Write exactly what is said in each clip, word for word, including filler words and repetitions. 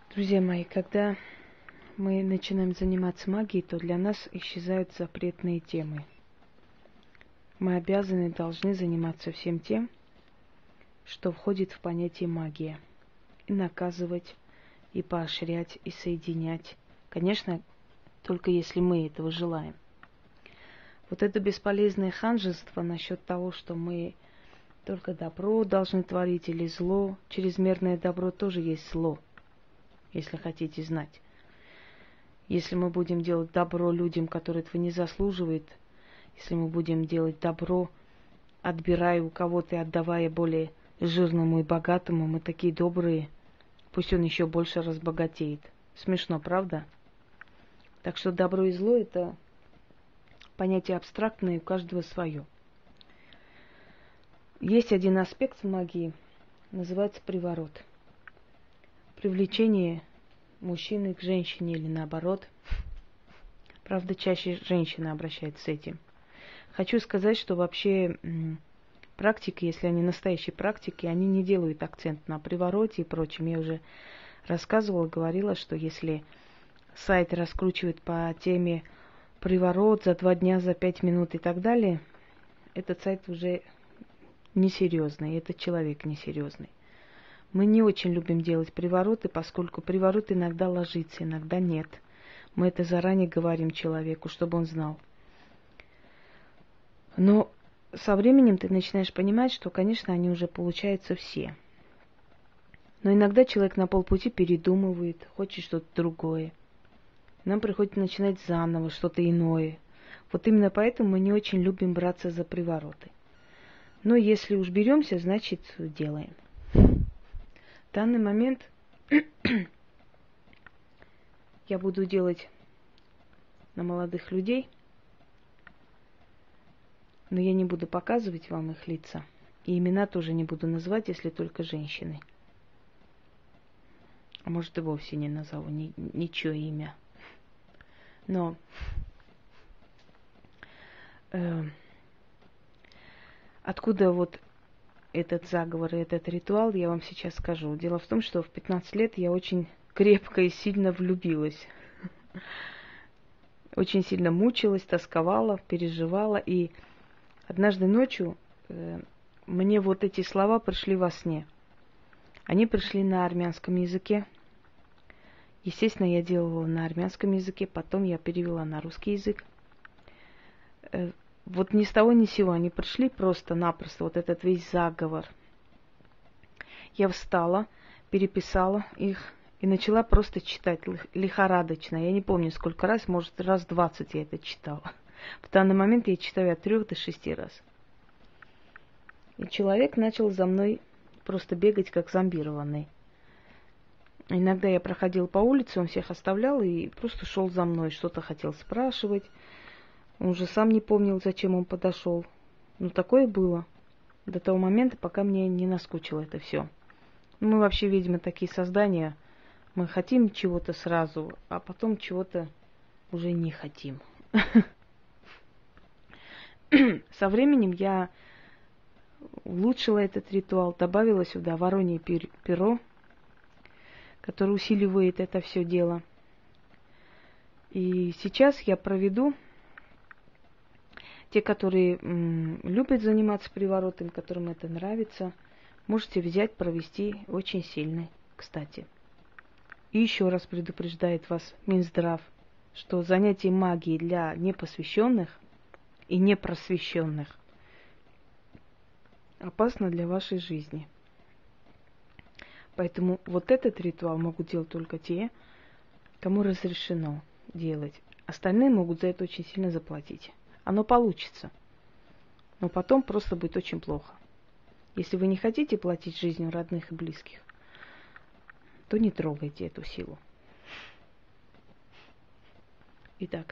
Друзья мои, когда мы начинаем заниматься магией, то для нас исчезают запретные темы. Мы обязаны, должны заниматься всем тем, что входит в понятие магия. И наказывать, и поощрять, и соединять. Конечно, только если мы этого желаем. Вот это бесполезное ханжество насчет того, что мы только добро должны творить или зло. Чрезмерное добро тоже есть зло, если хотите знать. Если мы будем делать добро людям, которые этого не заслуживают, если мы будем делать добро, отбирая у кого-то и отдавая более жирному и богатому, мы такие добрые, пусть он еще больше разбогатеет. Смешно, правда? Так что добро и зло – это понятие абстрактное, у каждого свое. Есть один аспект в магии, называется приворот. Привлечение мужчины к женщине или наоборот. Правда, чаще женщина обращается с этим. Хочу сказать, что вообще практики, если они настоящие практики, они не делают акцент на привороте и прочем. Я уже рассказывала, говорила, что если сайт раскручивает по теме приворот за два дня, за пять минут и так далее, этот сайт уже несерьезный, этот человек несерьезный. Мы не очень любим делать привороты, поскольку приворот иногда ложится, иногда нет. Мы это заранее говорим человеку, чтобы он знал. Но со временем ты начинаешь понимать, что, конечно, они уже получаются все. Но иногда человек на полпути передумывает, хочет что-то другое. Нам приходится начинать заново, что-то иное. Вот именно поэтому мы не очень любим браться за привороты. Но если уж беремся, значит делаем. В данный момент я буду делать на молодых людей, но я не буду показывать вам их лица. И имена тоже не буду называть, если только женщины. А может и вовсе не назову ни, ничего имя. Но э, откуда вот этот заговор и этот ритуал, я вам сейчас скажу. Дело в том, что в пятнадцать лет я очень крепко и сильно влюбилась. Очень сильно мучилась, тосковала, переживала. И однажды ночью э, мне вот эти слова пришли во сне. Они пришли на армянском языке. Естественно, я делала на армянском языке, потом я перевела на русский язык. Э, Вот ни с того ни с сего они пришли просто-напросто, вот этот весь заговор. Я встала, переписала их и начала просто читать лихорадочно. Я не помню, сколько раз, может, раз двадцать я это читала. В данный момент я читаю от трех до шести раз. И человек начал за мной просто бегать, как зомбированный. Иногда я проходила по улице, он всех оставлял и просто шел за мной, что-то хотел спрашивать. Он уже сам не помнил, зачем он подошел. Но такое было. До того момента, пока мне не наскучило это все. Мы вообще, видимо, такие создания. Мы хотим чего-то сразу, а потом чего-то уже не хотим. Со временем я улучшила этот ритуал, добавила сюда воронье перо, которое усиливает это все дело. И сейчас я проведу. Те, которые м, любят заниматься приворотом, которым это нравится, можете взять, провести очень сильный, кстати. И еще раз предупреждает вас Минздрав, что занятие магией для непосвященных и непросвещенных опасно для вашей жизни. Поэтому вот этот ритуал могут делать только те, кому разрешено делать. Остальные могут за это очень сильно заплатить. Оно получится. Но потом просто будет очень плохо. Если вы не хотите платить жизнью родных и близких, то не трогайте эту силу. Итак,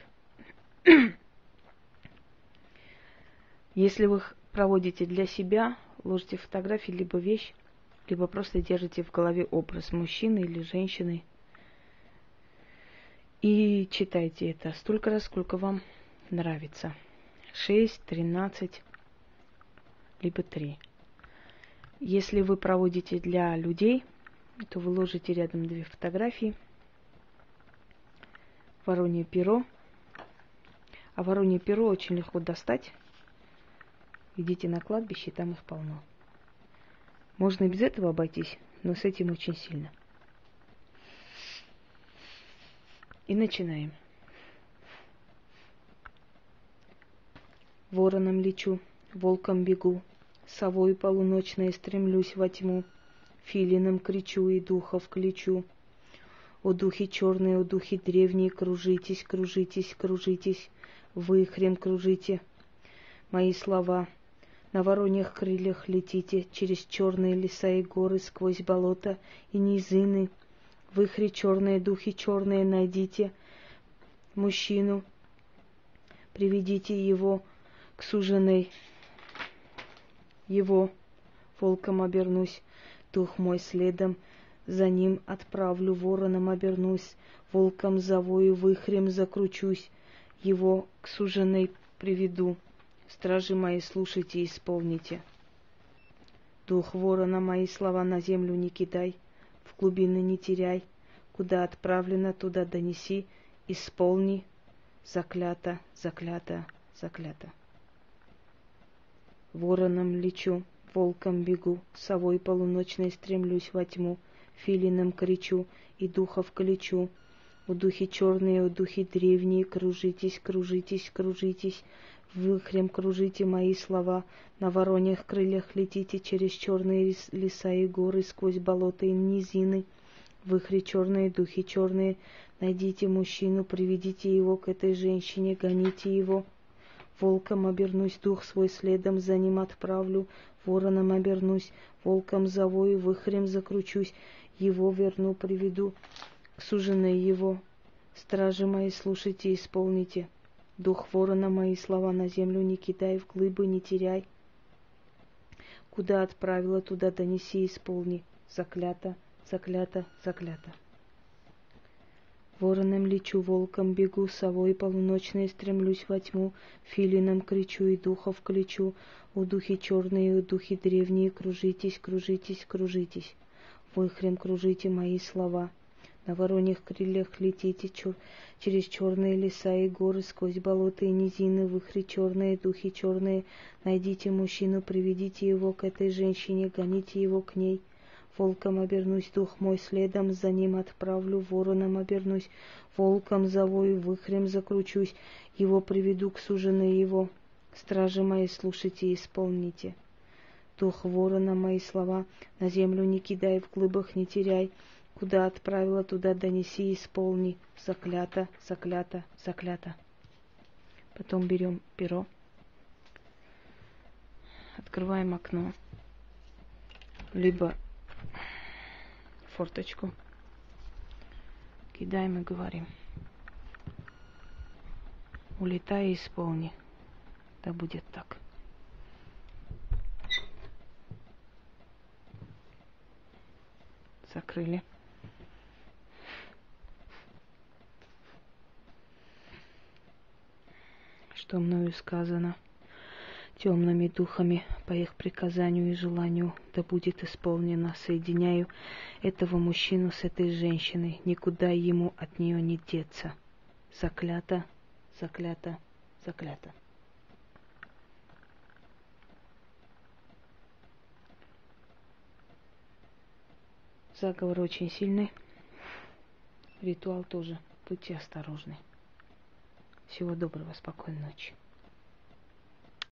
если вы проводите для себя, ложите фотографии, либо вещь, либо просто держите в голове образ мужчины или женщины и читайте это столько раз, сколько вам нравится. шесть, тринадцать, либо три. Если вы проводите для людей, то вы ложите рядом две фотографии. Воронье перо. А воронье перо очень легко достать. Идите на кладбище, там их полно. Можно и без этого обойтись, но с этим очень сильно. И начинаем. Вороном лечу, волком бегу, совой полуночной стремлюсь во тьму, филином кричу и духов кличу. О духи черные, о духи древние, кружитесь, кружитесь, кружитесь, вихрем кружите. Мои слова на вороньих крыльях летите через черные леса и горы, сквозь болота и низины. Вихри черные, духи черные, найдите мужчину, приведите его к суженой его, волком обернусь, дух мой следом, за ним отправлю, вороном обернусь, волком завою, вихрем закручусь, его к суженой приведу. Стражи мои, слушайте и исполните. Дух ворона, мои слова на землю не кидай, в глубины не теряй, куда отправлено, туда донеси, исполни, заклято, заклято, заклято. Вороном лечу, волком бегу, совой полуночной стремлюсь во тьму, филином кричу и духов кличу. У духи черные, у духи древние, кружитесь, кружитесь, кружитесь, вихрем кружите мои слова, на вороньих крыльях летите через черные леса и горы, сквозь болота и низины. Вихри черные, духи черные, найдите мужчину, приведите его к этой женщине, гоните его. Волком обернусь, дух свой следом за ним отправлю, вороном обернусь, волком завою, вихрем закручусь, его верну, приведу к суженой его. Стражи мои, слушайте, исполните. Дух ворона, мои слова на землю не кидай, в глыбы не теряй. Куда отправила, туда донеси, исполни. Заклято, заклято, заклято. Вороном лечу, волком бегу, совой полуночной стремлюсь во тьму, филином кричу и духов кличу. У духи черные, у духи древние, кружитесь, кружитесь, кружитесь. Вихрем кружите мои слова. На вороньих крыльях летите чер... через черные леса и горы, сквозь болота и низины, вихри черные, духи черные. Найдите мужчину, приведите его к этой женщине, гоните его к ней. Волком обернусь, дух мой следом за ним отправлю, вороном обернусь, волком завою, вихрем закручусь, его приведу к суженой его. Стражи мои, слушайте и исполните. Дух ворона, мои слова на землю не кидай, в глыбах не теряй. Куда отправила, туда донеси, исполни. Заклято, заклято, заклято. Потом берем перо, открываем окно, либо форточку, кидаем и говорим: улетай и исполни. Да будет так. Закрыли. Что мною сказано темными духами по их приказанию и желанию, да будет исполнено. Соединяю этого мужчину с этой женщиной, никуда ему от нее не деться. Заклято, заклято, заклято. Заговор очень сильный. Ритуал тоже. Будьте осторожны. Всего доброго, спокойной ночи.